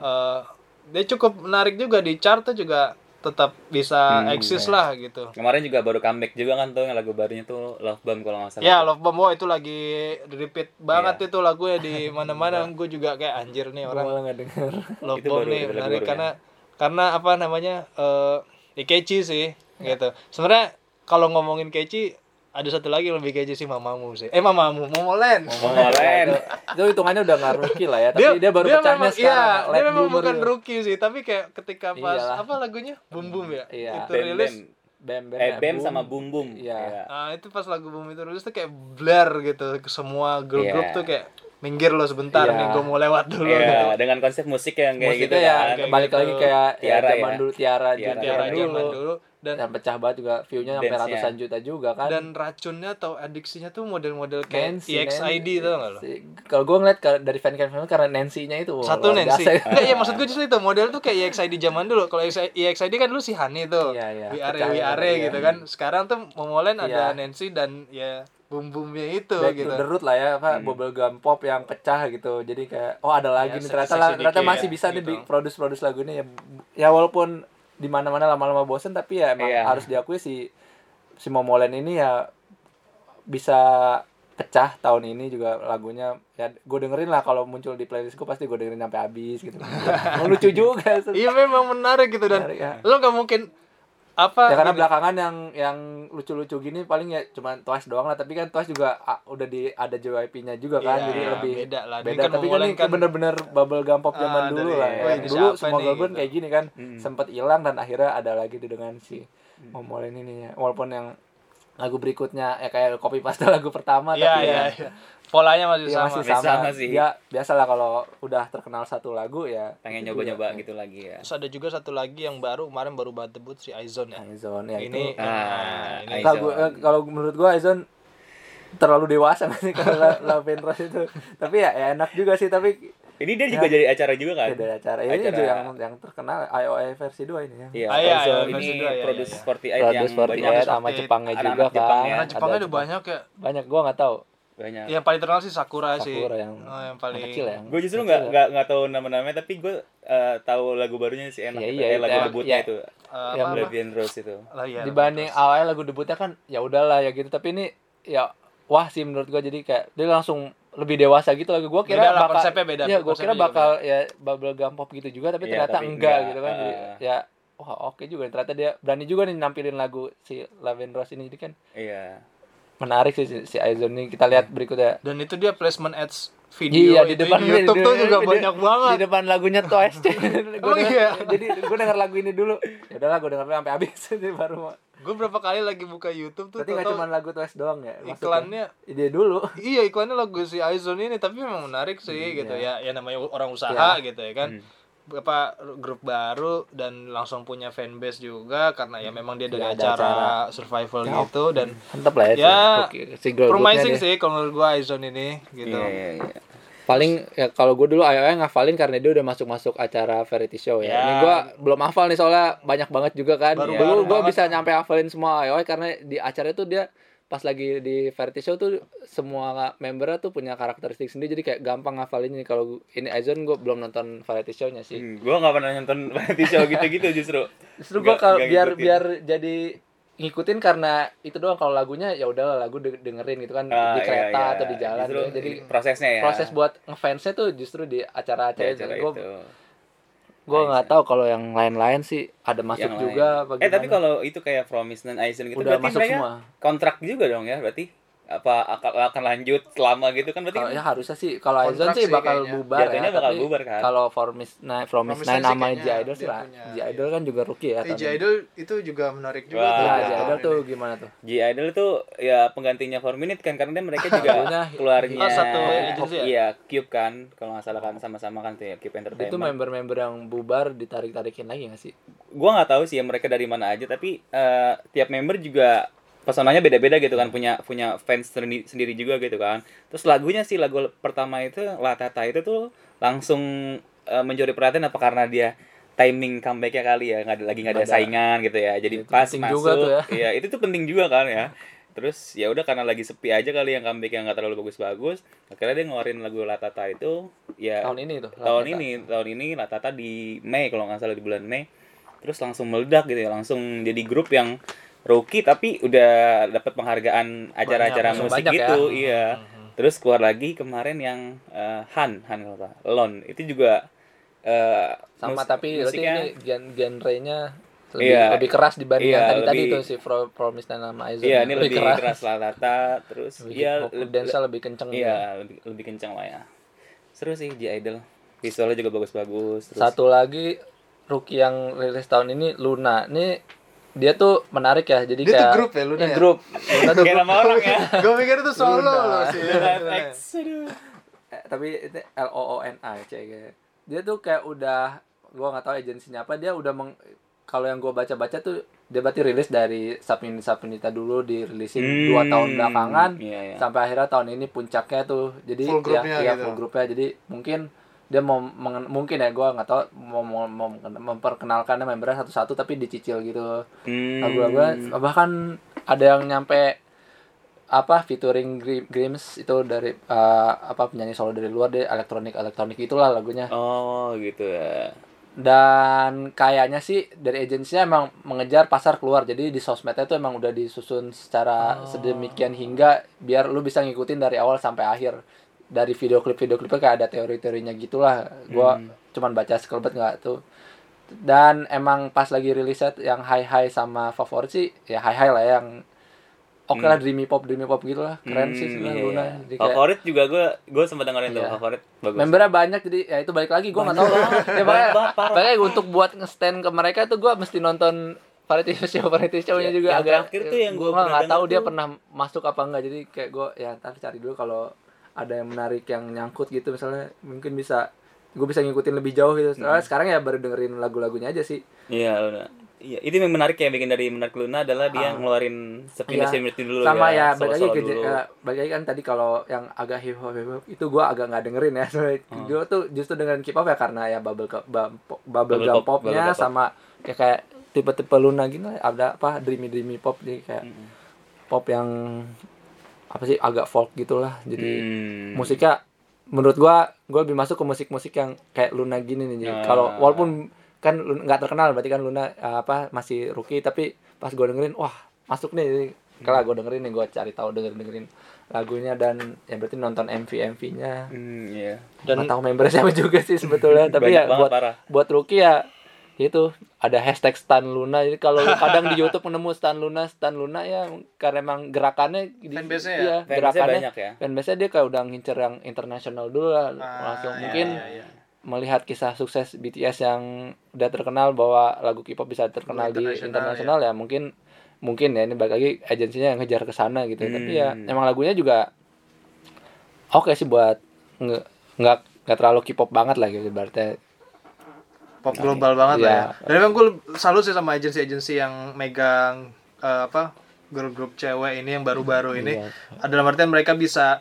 dia cukup menarik juga di chart juga, tetap bisa eksis lah gitu. Kemarin juga baru comeback juga kan tuh yang lagu barunya tuh Love Bomb kalau nggak salah. Ya Love Bomb itu lagi repeat banget itu lagunya di mana-mana. Gue juga kayak anjir nih orang. Gue nggak denger. Love Bomb nih menarik karena apa namanya catchy sih gitu. Sebenarnya kalau ngomongin catchy, ada satu lagi yang lebih catchy sih, Mamamu sih. Momoland. Itu hitungannya udah nggak rookie lah ya, tapi dia baru pecahnya sekarang. Dia memang bukan rookie sih, tapi kayak ketika pas apa lagunya Boom Boom ya, itu rilis Bam sama Boom Boom. Iya. Nah, itu pas lagu Boom itu rilis tuh kayak blur gitu, semua grup tuh kayak minggir lo sebentar nih, gue mau lewat dulu gitu. Dengan konsep musik yang kayak gitu ya, balik lagi kayak Tiara zaman dulu. Dan yang pecah banget juga, view-nya sampai ratusan juta juga kan. Dan racunnya atau adiksinya tuh model-model kayak EXID tau gak lo? Kalau gue ngeliat dari fan karena Nancy-nya itu satu Nancy. Enggak, ya maksud gue justru itu model tuh kayak EXID zaman dulu. Kalau EXID kan dulu si Hani tuh. We Are gitu kan. Sekarang tuh Momoland ada Nancy dan ya boom-boomnya itu gitu. The Root lah ya, bubblegum pop yang pecah gitu. Jadi kayak ada lagi nih ternyata masih bisa nih produce lagu ini ya walaupun di mana-mana lama-lama bosen, tapi ya emang harus diakui si Momoland ini ya bisa pecah tahun ini juga lagunya. Ya gue dengerin lah, kalau muncul di playlist gue pasti gue dengerin sampai habis gitu. Lucu juga. Iya memang menarik gitu, dan lo gak mungkin apa Ya karena gini, belakangan yang lucu-lucu gini paling ya cuma Twice doang lah, tapi kan Twice juga udah ada JYP-nya juga kan, iya, jadi lebih beda lah. Ini beda. kan Tapi kan ini memulaikan- bener-bener bubblegum pop zaman dulu dari- lah ya. oh, ini Dulu siapa semua nih, girl band gitu. kayak gini kan, sempet hilang dan akhirnya ada lagi dengan si Momolen ini ya. Walaupun yang lagu berikutnya ya kayak copy paste lagu pertama, Iya, tapi iya, ya iya. Polanya masih ya sama. masih Sama sama sih. Ya biasalah kalau udah terkenal satu lagu ya pengen itu nyoba-nyoba juga. gitu lagi ya. Terus ada juga satu lagi yang kemarin baru banget debut si Aizon ya. Aizon ya Ini itu. ini Aizon. Kalau menurut gua Aizon terlalu dewasa nggak sih kalau Love and Rose itu. Tapi ya enak juga sih, tapi Ini dia juga jadi acara juga kan? ada acara ini Acara- juga yang terkenal IOI versi 2 ini ya. Iya, Ah, iya, Aizon iya, versi ini dua, iya, Produce iya. 48 yang Produce 48 banyak sama Jepangnya anak-anak juga Jepang kan. ya. karena Jepangnya Ada udah banyak ya. Banyak gua nggak tahu. banyak. Yang paling terkenal sih Sakura, sih. Sakura yang yang paling kecil ya. Gue justru nggak tahu nama-namanya, tapi gue tahu lagu barunya si enak. Iya, Itu. iya, Lagu iya. debutnya Iya. itu. Yang Love and Rose itu. Lah, iya, Dibanding awalnya lagu debutnya kan ya udahlah ya gitu, tapi ini ya wah sih menurut gua, jadi kayak dia langsung lebih dewasa gitu lagu. Gua kira Beda lah, bakal konsepnya beda. Ya, gua kira Konsepnya juga bakal ya bubblegum pop gitu juga, tapi Iya, ternyata tapi enggak enggak. gitu kan. Jadi, ya wah oke juga, ternyata dia berani juga nih nampilin lagu si Love and Rose ini, jadi kan Iya. menarik sih si Aizon ini. Kita lihat berikutnya. Dan itu dia placement ads video Iya, itu di depan YouTube tuh juga banyak banget. Di depan lagunya Twice. Emang iya? Jadi gue denger lagu ini dulu. Ya udahlah, gue denger sampai habis jadi baru. Gue berapa kali lagi buka YouTube tuh Berarti nggak tau-tau cuma lagu Twice doang ya? Masuk iklannya ya? Ide dulu. iya, iklannya lagu si Aizon ini, tapi memang menarik sih gitu ya. Ya namanya orang usaha gitu ya kan. Apa grup baru dan langsung punya fanbase juga karena ya memang dia dari Ya, ada acara survival Ya, gitu dan Mantap lah ya, ya si girl promising groupnya dia. sih kalau menurut gua Aizon ini gitu. Iya, iya. Paling ya kalau gue dulu IOI ngafalin karena dia udah masuk acara variety show ya. Ya. Ini gue belum hafal nih soalnya banyak banget juga kan. Baru- Dulu baru gue banget. bisa nyampe hafalin semua IOI karena di acara itu dia pas lagi di variety show tuh semua membernya tuh punya karakteristik sendiri, jadi kayak gampang ngafalinnya. Kalau ini Aizon gue belum nonton variety show-nya sih. Gue nggak pernah nonton variety show gitu-gitu justru. Justru gue Nggak- kalau nggak biar ngikutin. jadi ngikutin karena itu doang. Kalau lagunya ya udahlah, lagu dengerin gitu kan di kereta Iya, iya. atau di jalan Justru gitu. Jadi prosesnya ya. proses buat ngefansnya tuh justru di Di acara-acara acara itu. itu. Gue nggak tahu kalau yang lain-lain sih ada masuk Yang juga lain. bagaimana. Tapi kalau itu kayak Promise dan Aizon gitu Udah berarti masuk mereka semua. kontrak juga dong ya berarti? Apa akan lanjut selama gitu kan berarti? Kalau ya harusnya sih, kalau Aizon Kontrak sih sih bakal kayaknya. bubar Jatuhnya ya, bakal tapi bubar kan? kalau Promise Nine Promise sama sih kayaknya J-Idol sih dia lah. punya, J-Idol kan juga rookie ya. tahun ini. J-Idol itu juga menarik juga Wah, tuh. Nah, tahun J-Idol ini. tuh gimana tuh? J-Idol tuh ya penggantinya 4 Minute kan karena mereka juga Lagunya keluarnya Oh, satu agency ya? Iya, Cube kan kalau nggak salah kan sama-sama kan tuh ya Cube Entertainment. Itu member-member yang bubar ditarik-tarikin lagi nggak sih? Gua nggak tahu sih ya mereka dari mana aja tapi tiap member juga pesonanya beda-beda gitu kan, punya fans sendiri juga gitu kan. Terus lagunya sih lagu pertama itu Latata itu tuh langsung mencuri perhatian apa karena dia timing comeback-nya kali ya, nggak ada saingan gitu ya. Jadi Itu pas penting masuk juga tuh ya. iya itu tuh penting juga kan ya. Terus ya udah karena lagi sepi aja kali yang comeback yang nggak terlalu bagus-bagus, akhirnya dia ngeluarin lagu Latata itu ya Tahun ini tuh. tahun ini Latata di Mei kalau nggak salah, di bulan Mei. Terus langsung meledak gitu ya, langsung jadi grup yang rookie tapi udah dapat penghargaan acara-acara Banyak, musik banyak ya. gitu, iya. Terus keluar lagi kemarin yang Han kalau nggak salah, Lon itu juga Sama tapi berarti musiknya ini genrenya Iya. lebih keras dibanding Iya, yang tadi lebih- tuh si Promise dan nama Aizon. iya ini lebih keras Latata, terus Lebih iya dance-nya lebih kenceng. iya lebih kencang lah ya. Seru sih J-Idol, visualnya juga bagus-bagus. Terus Satu lagi rookie yang rilis tahun ini Luna. Nih dia tuh menarik ya. Jadi Dia tuh kayak grup ya, Luna ya? Grup. Luna tuh kayak nama orang ya. Gue pikir itu solo Luna. loh sih. X, aduh. tapi itu LOONA kayak. Dia tuh kayak udah, gua nggak tahu agensinya apa, dia udah kalau yang gua baca-baca tuh dia berarti rilis dari Sapinita dulu dirilisin 2 tahun belakangan Iya, iya. sampai akhirnya tahun ini puncaknya tuh. Jadi Full grupnya ya gitu. full grupnya. Jadi mungkin dia mau mungkin ya gua nggak tahu mau memperkenalkannya membernya satu-satu tapi dicicil gitu. Lagu-lagunya bahkan ada yang nyampe apa featuring Grimes itu dari apa penyanyi solo dari luar, deh elektronik itulah lagunya. Oh gitu ya. Dan kayaknya sih dari agensinya emang mengejar pasar keluar, jadi di sosmednya itu emang udah disusun secara sedemikian hingga biar lu bisa ngikutin dari awal sampai akhir. Dari video klipnya kayak ada teori-teorinya gitulah. Gua cuman baca sekelebet nggak tuh. Dan emang pas lagi rilisnya yang high sama favorit sih ya high lah yang oke lah dreamy pop gitu lah. Keren sih sebenarnya Luna. Jadi kayak, favorit juga gue sempat dengerin tuh Iya. favorit bagus. membernya banyak jadi ya itu balik lagi gue nggak tahu ya makanya untuk buat nge-stand ke mereka tuh gue mesti nonton variety show-nya juga yang agak terakhir tuh yang gue gua pernah nggak tahu denger dia tuh- pernah masuk apa enggak, jadi kayak gue ya ntar cari dulu kalau ada yang menarik yang nyangkut gitu misalnya mungkin gue bisa ngikutin lebih jauh gitu. Soalnya sekarang ya baru dengerin lagu-lagunya aja sih. Iya, Luna. Iya, itu yang menarik yang bikin dari menarik Luna adalah dia ngeluarin Iya. sepindah dulu Sama ya solo-solo balik lagi kan tadi kalau yang agak hip hop itu gue agak nggak dengerin ya. Soalnya gue tuh justru dengerin K-pop ya karena ya bubble gum popnya sama kayak tipe-tipe Luna gitu ada apa dreamy pop, jadi kayak pop yang apa sih agak folk gitulah. Jadi musiknya menurut gue lebih masuk ke musik-musik yang kayak Luna gini nih. Jadi kalau walaupun kan nggak terkenal berarti kan Luna masih rookie, tapi pas gue dengerin wah masuk nih. Jadi kalau gue dengerin nih gue cari tahu dengerin lagunya dan ya berarti nonton MV-nya. Iya. Dan nggak tahu membernya siapa juga sih sebetulnya. Tapi ya banget, parah. buat rookie ya itu ada hashtag Stan Luna. Jadi kalau lu kadang di YouTube nemu Stan Luna ya karena emang gerakannya Fanbase-nya ya? iya, Fanbase-nya gerakannya banyak ya? fanbase-nya dia kayak udah ngincer yang internasional dulu lah langsung. Mungkin melihat kisah sukses BTS yang udah terkenal bahwa lagu K-pop bisa terkenal di internasional ya mungkin ya ini balik lagi agensinya yang ngejar ke sana gitu. Tapi ya emang lagunya juga oke sih buat nggak terlalu K-pop banget lah gitu berarti Pop global banget lah ya. Iya. Dan memang gue salut sih sama agensi-agensi yang megang grup-grup cewek ini yang baru-baru ini. Dalam artian mereka bisa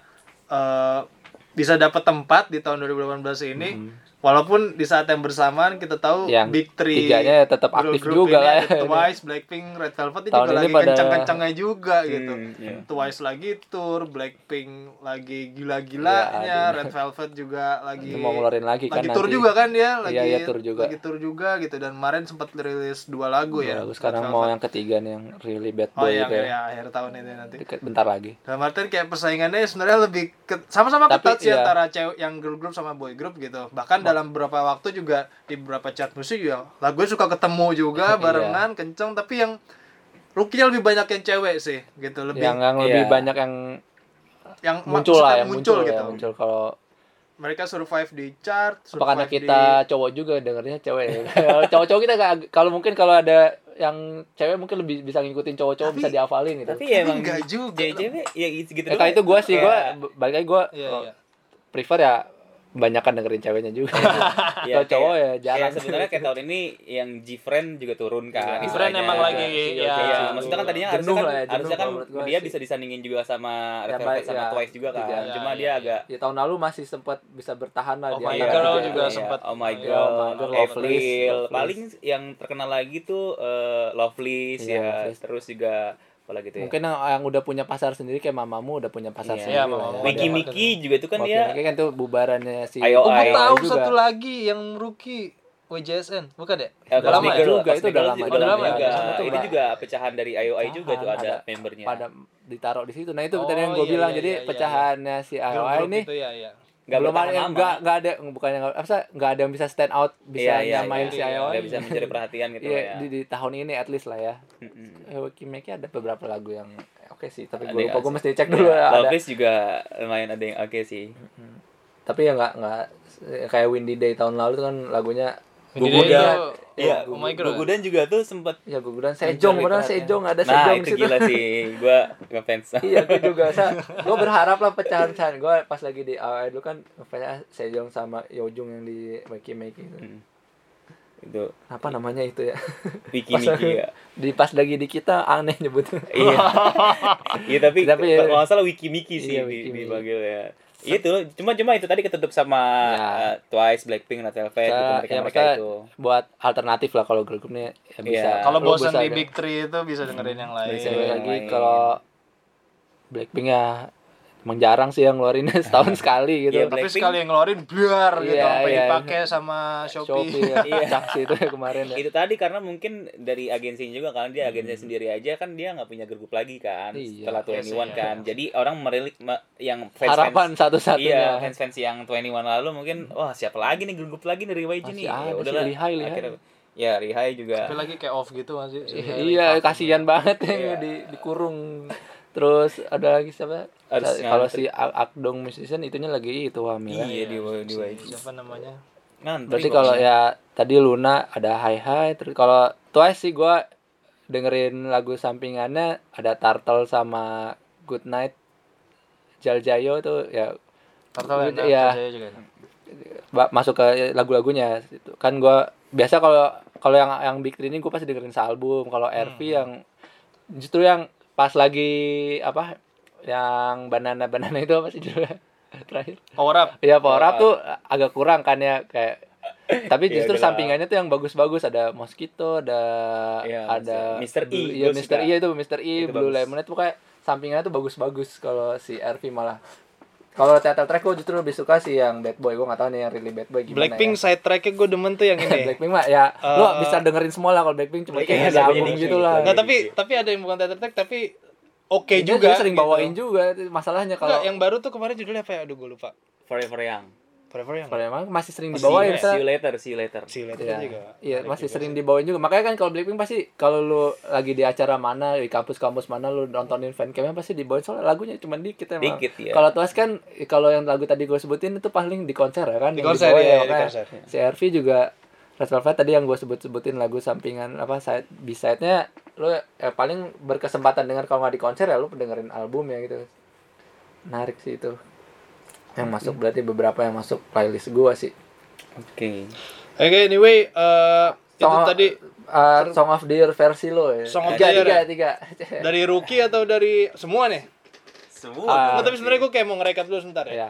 dapat tempat di tahun 2018 ini. Walaupun di saat yang bersamaan kita tahu yang Big Three tiganya tetap aktif grup juga ini, lah ada Twice, Blackpink, Red Velvet itu Tahun juga ini lagi pada- kencang-kencangnya juga gitu. Iya. Twice lagi tour, Blackpink lagi gila-gilanya, Iya, Red Velvet juga lagi mau ngeluarin lagi kan tour nanti. juga kan dia, lagi Iya, tour juga. lagi tour juga gitu. Dan kemarin sempat rilis 2 lagu ya. Bagus, sekarang Red mau Velvet. yang ketiga nih yang Really Bad Oh Boy yang itu ya. ya, akhir tahun ini nanti. Deket bentar lagi. Dalam artian kayak persaingannya sebenarnya lebih sama-sama Tapi, ketat sih iya. antara cewek yang girl group sama boy group gitu. Bahkan dalam beberapa waktu juga di beberapa chart musik ya lagunya suka ketemu juga barengan kenceng, tapi yang rookie-nya lebih banyak yang cewek sih gitu, lebih Yang lebih iya. banyak yang muncul maksudnya lah, yang muncul gitu. ya, muncul kalau Mereka survive di chart, apa karena survive kita cowok juga dengernya cewek ya. Cowok-cowok kita kalau mungkin kalau ada yang cewek mungkin lebih bisa ngikutin cowok-cowok bisa dihafalin gitu. Tapi ya emang enggak juga. cewek ya gitu Kayak itu gue sih, gue Kayak- balik lagi gue Iya. prefer ya banyakan dengerin ceweknya juga. Kalau cowok ya jarang. Kayak sebenarnya kayak tahun ini yang G-Friend juga turun kan. Iya. G-Friend emang lagi Iya, ya maksudnya kan tadinya Jenuh harusnya lah ya, kan jenuh kalau menurut gua dia sih. bisa disandingin juga sama Ya, Red Velvet baik, sama ya. Twice juga kan. Iya, Cuma iya, dia agak Ya tahun lalu masih sempat bisa bertahan lah Oh dia. My Iya, Girl iya, juga iya. sempat. Oh My Iya, Girl, Oh My Girl, Loveless. Avril. Paling yang terkenal lagi tuh Loveless Iya, ya, Loveless. terus juga apa lagi tuh ya. Mungkin yang udah punya pasar sendiri kayak Mamamu udah punya pasar Iya. sendiri Iya, lah. Mamamoo. Ya. Wiki Miki juga itu kan Oke, dia kan tuh bubarannya si IOI. Oh, gue tahu juga. satu lagi yang rookie WJSN, bukan ya? Udah lama Cosmic ya? Girl Juga, itu udah lama juga. juga. Itu Itu juga pecahan dari IOI juga tuh ada Pecahan, membernya. pada ditaruh di situ. Nah itu Oh, tadi yang gue iya, bilang. iya, Jadi iya, iya. pecahannya si IOI Grup-grup ini itu ya, ya. Nggak belum bertahan ada lama. nggak ada bukannya nggak ada yang bisa stand out bisa nyamain si IOI. Nggak bisa mencari perhatian gitu Iya, ya. di tahun ini at least lah ya. Mm-mm. Wikimeki ada beberapa lagu yang oke sih, tapi Ada gue lupa, yang gue asik. mesti cek dulu ya. Ada. Loveless juga lumayan ada yang oke sih. Tapi ya nggak kayak Windy Day tahun lalu tuh kan lagunya Windy Gugudan. Day itu, Iya, Oh My Girl. Gugudan juga tuh sempet. ya guguran Sejong, padahal Sejong ada Nah, Sejong di itu situ. gila sih. Gua ngefans. Iya, gue juga. Gue berharap lah pecahan-pecahan. Gue pas lagi di AOI dulu kan ngefans Sejong sama Yeojung yang di Wiki itu. Itu Apa namanya itu ya? Wiki Pas Miki lagi- ya. Pas lagi di kita aneh nyebutnya. Iya. Iya tapi Tapi ya- kalau nggak salah Wiki Miki sih Iya, Wiki Miki. dipanggil ya. Itu cuma itu tadi ketutup sama Ya. Twice, Blackpink, Red Velvet gitu mereka Ya, mereka maksudnya itu. buat alternatif lah kalau girl groupnya ya bisa. Iya. Kalau Lu bosan bisa di ada- Big Three itu bisa dengerin yang lain. Bisa Cewek yang lagi lain. kalau Blackpink ya emang jarang sih yang ngeluarinnya setahun sekali gitu. Iya, Tapi Blackpink- sekali yang ngeluarin biar gitu Iya, sampai iya. dipakai sama Shopee. ya. Iya. Caksi itu ya kemarin ya. Itu tadi karena mungkin dari agensinya juga kan dia agensinya sendiri aja kan dia nggak punya grup lagi kan Iya. setelah Iya 21 sih, kan. Jadi orang yang fans Harapan satu-satunya. Iya, fans yang 21 lalu mungkin wah siapa lagi nih grup lagi dari YG Masih nih. ada Ya sih, udahlah. Lihai. Akhirnya Ya, Rihai juga. Tapi lagi kayak off gitu masih. Iya, kasihan banget yang dikurung. Terus ada lagi siapa? Kalau si Akdong Musician itunya lagi itu hamil. Iya, di Siapa namanya? Berarti kalau ya tadi Luna ada Hai, terus kalau Twice sih gua dengerin lagu sampingannya ada Turtle sama Good Night. Jaljayo tuh ya Turtle ya juga. masuk ke lagu-lagunya itu kan gua biasa kalau yang Big Three ini gue pasti dengerin sealbum. Kalau RV yang justru yang pas lagi apa yang banana itu apa sih judulnya terakhir Power Up. ya Power Up tuh agak kurang kan ya kayak tapi justru Ya, sampingannya tuh yang bagus-bagus ada Mosquito ada Mr. E. Iya Mr. E itu Mr. E Itu Blue bagus. Lemonade tuh kayak sampingannya tuh bagus-bagus kalau si RV malah. Kalau title track gue justru lebih suka sih yang Bad Boy. Gue gak tahu nih yang Really Bad Boy gimana. Blackpink ya. side tracknya gue demen tuh yang ini. Blackpink mah ya lo bisa dengerin semua lah kalau Blackpink cuma kayak ada album gitu lah. Nggak, tapi ada yang bukan title track tapi oke Dia juga. sering gitu. bawain juga masalahnya kalau yang baru tuh kemarin judulnya apa ya? Aduh gue lupa. Forever Young. Forever yang. kalau emang masih sering dibawain See you later. Si Letter Iya, juga. iya masih sering dibawain juga. Makanya kan kalau Blackpink pasti kalau lu lagi di acara mana, di kampus-kampus mana lu nontonin fancamnya pasti dibawain soalnya lagunya cuma dikit emang. Dikit, ya. Kalau Twice kan kalau yang lagu tadi gue sebutin itu paling di konser ya kan. Di yang konser, dibawain, iya, di makanya konser. Si RV juga Red Velvet tadi yang gue sebutin lagu sampingan apa side B-side-nya lu paling berkesempatan dengar kalau nggak di konser ya lu dengerin album ya gitu. Menarik sih itu. Yang masuk berarti beberapa yang masuk playlist gua sih. Oke. Oke, anyway, itu tadi Song of the Year versi lo ya. Song of the Year tiga. dari Rookie atau dari semua nih? Semua. Tapi sebenarnya gue kayak mau ngerekap dulu sebentar ya. Iya.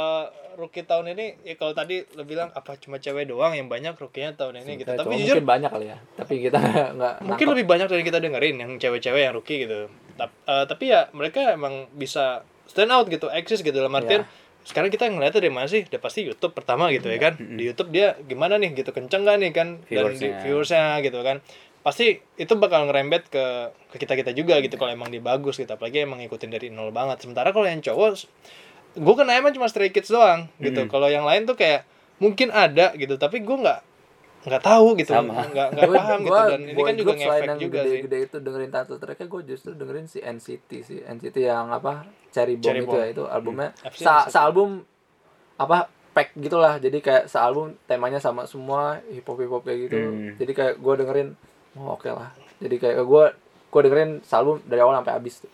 Rookie tahun ini, ya kalau tadi lo bilang apa cuma cewek doang yang banyak rookie-nya tahun ini gitu. Tapi jujur mungkin banyak kali ya. Tapi kita nggak mungkin lebih banyak dari kita dengerin yang cewek-cewek yang rookie gitu. Tapi ya mereka emang bisa stand out gitu, eksis gitu dalam artian sekarang kita ngeliatnya dari mana sih? Udah pasti YouTube pertama gitu ya kan. Di YouTube dia gimana nih gitu, kenceng gak nih kan dan di viewersnya gitu kan. Pasti itu bakal ngerembet ke kita juga gitu kalau emang dia bagus gitu. Apalagi emang ngikutin dari nol banget. Sementara kalau yang cowok gue kena emang cuma Stray Kids doang gitu. Kalau yang lain tuh kayak mungkin ada gitu, tapi gue nggak tahu gitu, nggak paham gitu. Dan ini kan juga ngefek juga sih. Gede itu dengerin title tracknya gue justru dengerin si NCT yang apa Cherry Bomb itu ya, itu albumnya sealbum apa pack gitulah, jadi kayak sealbum temanya sama semua hip hop kayak gitu. Jadi kayak gue dengerin oke lah, jadi kayak gue dengerin sealbum dari awal sampai habis tuh.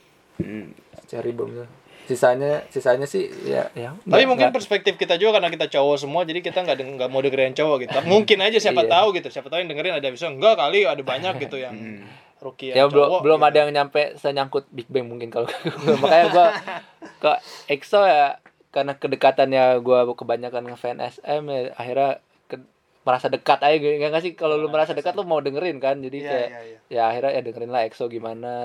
Cherry Bomb itu sisanya sih ya tapi mungkin perspektif kita juga karena kita cowok semua, jadi kita nggak mau dengerin cowok gitu. Mungkin aja siapa tahu gitu, siapa tahu yang dengerin ada bisa enggak kali, ada banyak gitu yang rookie ya yang cowok belum gitu. ada yang nyampe senyangkut Big Bang mungkin kalau makanya gue ke EXO ya karena kedekatannya gue kebanyakan ngefans SM ya akhirnya merasa dekat aja gitu. Nggak sih kalau lu merasa dekat lu mau dengerin kan, jadi kayak ya akhirnya ya dengerin lah EXO gimana.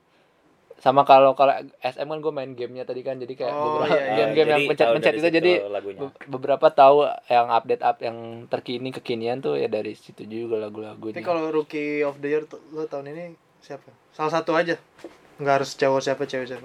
Sama kalau SM kan gue main gamenya tadi kan, jadi kayak beberapa game-game yang pencet itu jadi beberapa tahu yang update yang kekinian tuh ya dari situ juga lagu-lagunya. Tapi kalau Rookie of the Year lo tahun ini siapa? Salah satu aja, nggak harus cowok siapa cewek siapa.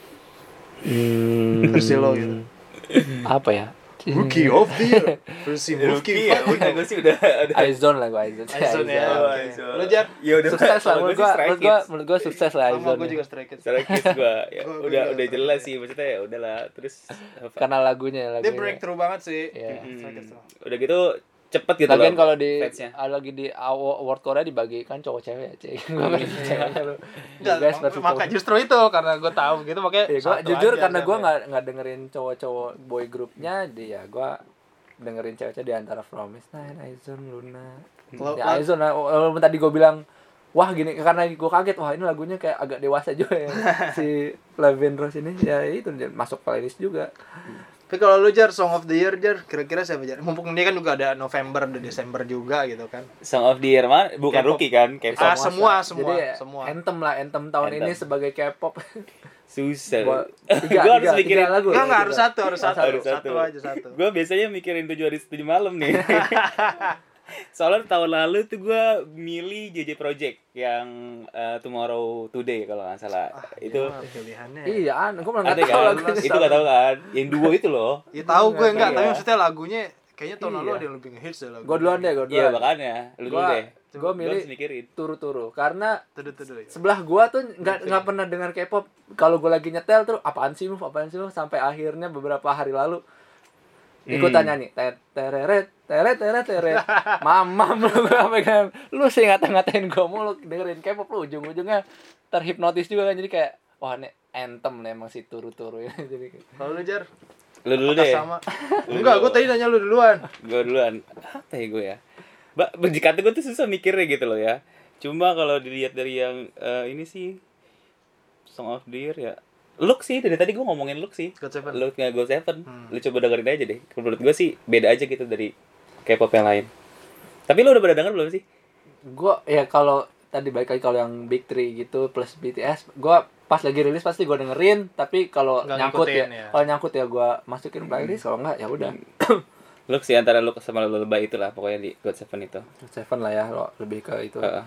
Versi lo gitu. Apa ya? Rookie of the Year versi Rookie ya udah gue sih udah Aizone lah gue Aizone ya. Lo Jar? Ya udah sukses lah menurut gue sukses lah Aizone. Gue juga Stray Kids. Stray Kids gue ya udah jelas sih maksudnya, ya udahlah. Terus karena lagunya dia breakthrough banget sih. Udah gitu cepet gitu. Lagian kalau di lagi di award Korea dibagi kan cowok cewek aja. Maka justru itu karena gue tahu gitu makanya. Gue jujur karena gue nggak dengerin cowok-cowok boy groupnya, dia gue dengerin cewek-cewek di antara Promise, Aizone, Luna. Ya Aizone walaupun tadi gue bilang wah gini karena gue kaget, wah ini lagunya kayak agak dewasa juga ya si Flavien Rose ini, ya itu masuk playlist juga. Tapi kalau lu Jar, Song of the Year Jar, kira-kira siapa Jar? Mumpung ini kan juga ada November, ada Desember juga gitu kan. Song of the Year mah bukan K-pop. Rookie kan, K-pop. Semua. Anthem tahun ini sebagai K-pop. Susah. Gua harus mikirin lagu. Enggak harus satu aja. Gue biasanya mikirin 7 hari 7 malam nih. Soalnya tahun lalu tuh gue milih JJ Project yang Tomorrow Today kalau nggak salah. Itu pilihannya. Iya, gue malah nggak tahu lagunya. Itu nggak tahu kan? Yang duo itu loh. Ya tahu gue enggak, tapi maksudnya lagunya kayaknya tahun lalu ada yang lebih ngehits deh lagu. Gue duluan deh. Iya makanya, lu dulu deh. Gue Gua milih harus mikirin. Turu-Turu karena Tuh. sebelah gua tuh nggak pernah dengar K-pop. Kalau gua lagi nyetel tuh apaan sih Move sampai akhirnya beberapa hari lalu ikutan nyanyi tereret mamam lu gua pegang lu sih ngata-ngatain gua mulu dengerin K-pop lu ujung-ujungnya terhipnotis juga kan, jadi kayak wah ini anthem nih emang si Turu-Turu ya. Jadi Kalau lu Jar Lu dulu deh. sama. Enggak, gue tadi nanya lu duluan. Gue duluan. Apa ya gue ya? Berjikat gue tuh susah mikirnya gitu loh ya. Cuma kalau dilihat dari yang ini sih Song of the Year ya. Look sih, dari tadi gue ngomongin Look sih. GOT7. Look-nya GOT7. Lu coba dengerin aja deh. Menurut gue sih beda aja gitu dari K-pop yang lain. Tapi lu udah pada denger belum sih? gua ya kalau tadi balik lagi kalau yang Big Three gitu plus BTS, gua pas lagi rilis pasti gua dengerin, tapi kalau Nggak nyangkut ngikutin, ya, ya. kalau nyangkut ya gua masukin playlist, kalau enggak ya udah. Look sih antara Look sama Lullaby itulah pokoknya di GOT7 itu. Seven lah ya, lo lebih ke itu. Heeh.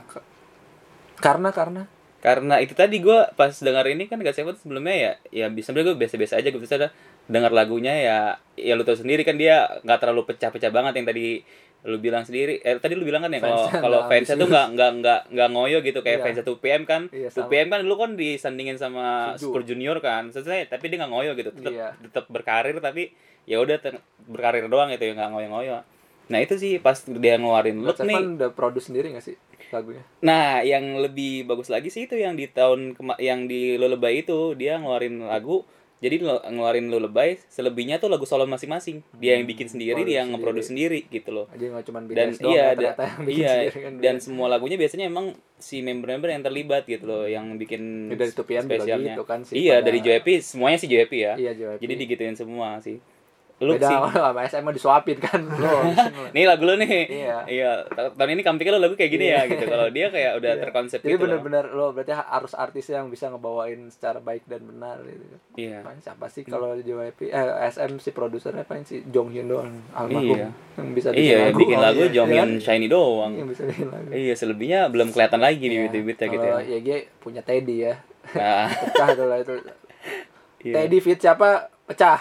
Karena Itu tadi gue pas dengar ini kan GOT7 sebelumnya ya sebenarnya gue biasa-biasa aja, gue bisa dengar lagunya ya lu tahu sendiri kan dia nggak terlalu pecah-pecah banget yang tadi lu bilang sendiri. Tadi lu bilang kan ya kalau fansnya tuh nggak ngoyo gitu kayak Iya. fansnya 2PM kan. Iya, 2PM kan lu kan disandingin sama Setuju. Super Junior kan. Sebenarnya tapi dia nggak ngoyo gitu. Iya. Tetap berkarir tapi ya udah berkarir doang gitu ya nggak ngoyo-ngoyo. Nah, itu sih pas dia ngeluarin Look nih. Seven udah produce sendiri nggak sih lagunya? Nah, yang lebih bagus lagi sih itu yang di yang di Lullaby itu dia ngeluarin lagu. Jadi ngeluarin Lullaby, selebihnya tuh lagu solo masing-masing. Dia yang bikin sendiri, dia yang nge-produce sendiri gitu loh. Jadi nggak cuma Dan BTS doang iya, ya, ternyata yang bikin sendiri kan. dan semua lagunya biasanya emang si member-member yang terlibat gitu loh, yang bikin Ya, dari 2PM juga spesialnya. gitu kan sih, Iya, pada- dari JYP, semuanya si JYP ya. Iya, JYP. Jadi digituin semua sih. Look Beda sih. sama SM mah disuapin kan. Nih lagu lu nih. Iya. Tahun ini comeback lu lagu kayak gini ya gitu. Kalau dia kayak udah Iya. terkonsep Jadi gitu loh. benar-benar lo berarti harus artis yang bisa ngebawain secara baik dan benar gitu. Iya. Paling siapa sih kalau JYP SM si produsernya paling si Jong Hyun doang almarhum Iya. yang bisa bikin Iya, lagu. bikin lagu Iya, Jonghyun kan? Shiny doang. Yang bisa bikin lagu. Iya, selebihnya belum kelihatan lagi di Iya. bibit-bibitnya gitu Kalau ya. YG punya Teddy ya. Nah, Pecah tuh lah itu. iya. Teddy fit siapa? Pecah.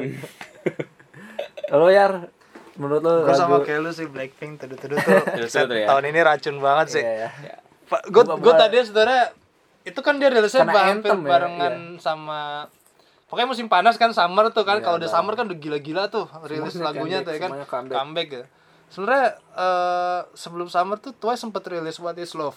Lo Yar, menurut lo Gue sama lagu kayak lu sih Blackpink tuh Tuh ya. tahun ini racun banget sih. Iya, ya. Gue Gua- tadi sebenarnya itu kan dia rilisnya Karena hampir anthem ya, barengan sama pokoknya musim panas kan summer tuh kan. Iya, Kalau udah bang. summer kan udah gila-gila tuh rilis Semuanya lagunya comeback, tuh ya kan. semuanya comeback. Comeback ya. Sebenarnya sebelum summer tuh Twice sempet rilis What Is Love.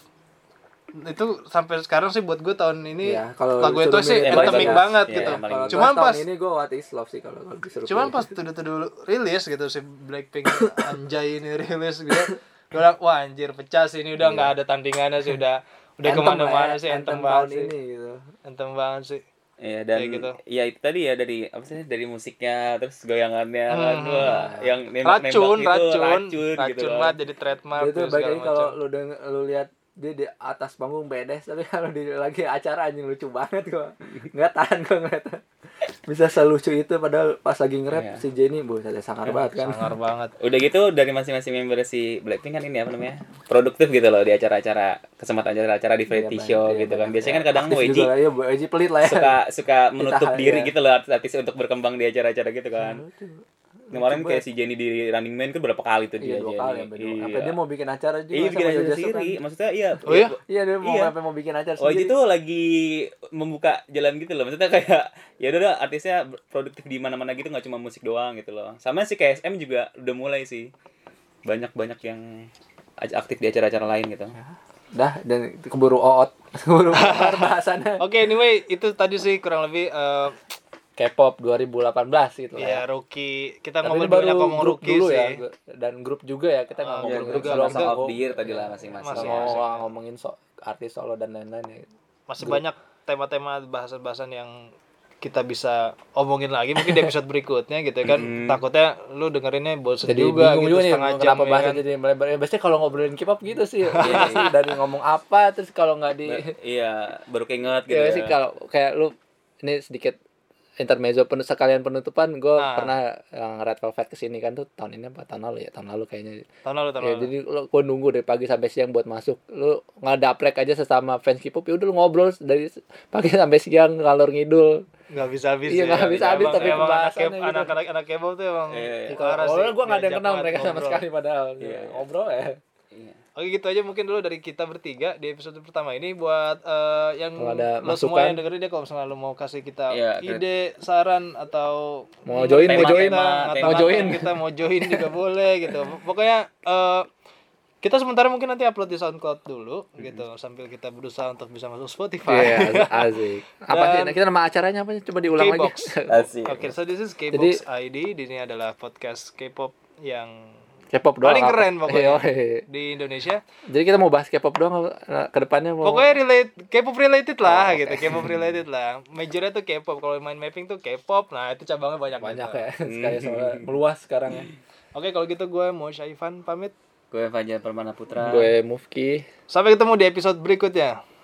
Itu sampai sekarang sih buat gue tahun ini Iya, kalau lagu itu disuruh sih milih anthemic bagus. banget Iya, gitu. yang paling Kalau bagus. Cuman tahun pas ini gue What Is Love sih kalau disuruh Cuman pilih. pas tuh rilis gitu si Blackpink anjay ini rilis gitu. Gue bilang wah anjir pecah sih ini udah nggak ada tandingannya sih udah Anthem kemana-mana lah ya, sih anthem tahun banget sih. ini gitu. Anthem banget sih. Iya, dan Kayak gitu. ya itu tadi ya dari apa sih dari musiknya terus goyangannya kan wah, yang Racun gitu loh. banget jadi trademark. Itu terus baik segala lagi kalau macam. lu lihat dia di atas panggung bedes, tapi kalau di lagi acara anjing lucu banget gua. Nggak tahan gua ngeliatnya. Bisa selucu itu padahal pas lagi nge-rap Iya. si Jennie buset sangar banget kan. Sangar banget. Udah gitu dari masing-masing member si Blackpink kan ini apa namanya? Produktif gitu loh di acara-acara kesempatan acara-acara di variety Iya, show banyak, gitu iya, kan. banyak. Biasanya kan kadang Aktif WG juga lah, ya, WG pelit lah ya. suka menutup Ditahan, diri ya. gitu loh artis untuk berkembang di acara-acara gitu kan. Kemarin kayak si Jennie di Running Man kan berapa kali tuh dia Iya, 2 kali Jennie. sampai dia mau bikin acara juga Iya, bikin sama acara Yoja sendiri. Sukan. Maksudnya iya. Oh iya? Iya, dia mau Iya. sampai mau bikin acara Oh, sendiri. itu lagi membuka jalan gitu loh. Maksudnya kayak ya udah artisnya produktif di mana-mana gitu, nggak cuma musik doang gitu loh. Sama si KSM juga udah mulai sih. Banyak-banyak yang aktif di acara-acara lain gitu. Dah dan keburu oot. Keburu keluar bahasannya. Oke, anyway, itu tadi sih kurang lebih K-pop 2018 gitu lah. ya rookie. Kita Tapi ngomong ini baru banyak ngomong grup rookie dulu sih. ya, dan grup juga ya kita nggak ngomongin grup grup juga, belum Song of nggak- the Year tadi lah masing-masing. Masih. nggak ngomongin artis solo dan lain-lain ya. Masih banyak tema-tema bahasan-bahasan yang kita bisa omongin lagi mungkin di episode berikutnya gitu ya kan. Takutnya lu dengerinnya bosan Jadi juga bingung gitu juga nih setengah jam kenapa ya bahasnya kan. jadi melebar. Ya, biasanya kalau ngobrolin K-pop gitu sih. Iya sih, dari ngomong apa terus kalau nggak di Iya, baru keinget gitu. ya Ya. sih kalau kayak lu ini sedikit intermezzo sekalian penutupan gue Nah. pernah yang Red Velvet kesini kan tuh tahun ini apa tahun lalu kayaknya. Tahun lalu Ya, jadi gue nunggu dari pagi sampai siang buat masuk. Lu ngadaprek aja sesama fans K-pop, ya udah lu ngobrol dari pagi sampai siang ngalor ngidul. nggak bisa habis. Iya, nggak habis-habis, tapi emang pembahasannya gitu. anak K-pop tuh emang Iya, iya. parah sih. Kalau gue nggak ada yang Diajak kenal banget mereka sama ngobrol. sekali padahal. Iya. Ngobrol ya. Iya. Oke, gitu aja mungkin dulu dari kita bertiga di episode pertama ini. Buat yang Kalau ada lo masukan. semua yang dengerin ya, kalau misalnya lo mau kasih kita Iya, ide, saran atau Mau join, mau join. mau join kita mau join juga boleh gitu. Pokoknya kita sementara mungkin nanti upload di SoundCloud dulu gitu sambil kita berusaha untuk bisa masuk Spotify. Iya, asik. Apa sih? Kita nama acaranya apa sih? Coba diulang K-Box. lagi. Asik. Oke, so this is K-Box ID. Ini adalah podcast K-pop yang K-pop doang. paling apa? keren pokoknya Iya. di Indonesia. Jadi kita mau bahas K-pop doang ke depannya mau. Pokoknya K-pop related lah Oh, gitu, K-pop related lah. Majornya tuh K-pop, kalau main mapping tuh K-pop. Nah, itu cabangnya banyak banyak gitu. ya. Kayak soalnya meluas sekarang ya. Oke, kalau gitu gue mau Syaifan pamit. Gue Fajar Permana Putra. Gue Mufki. Sampai ketemu di episode berikutnya.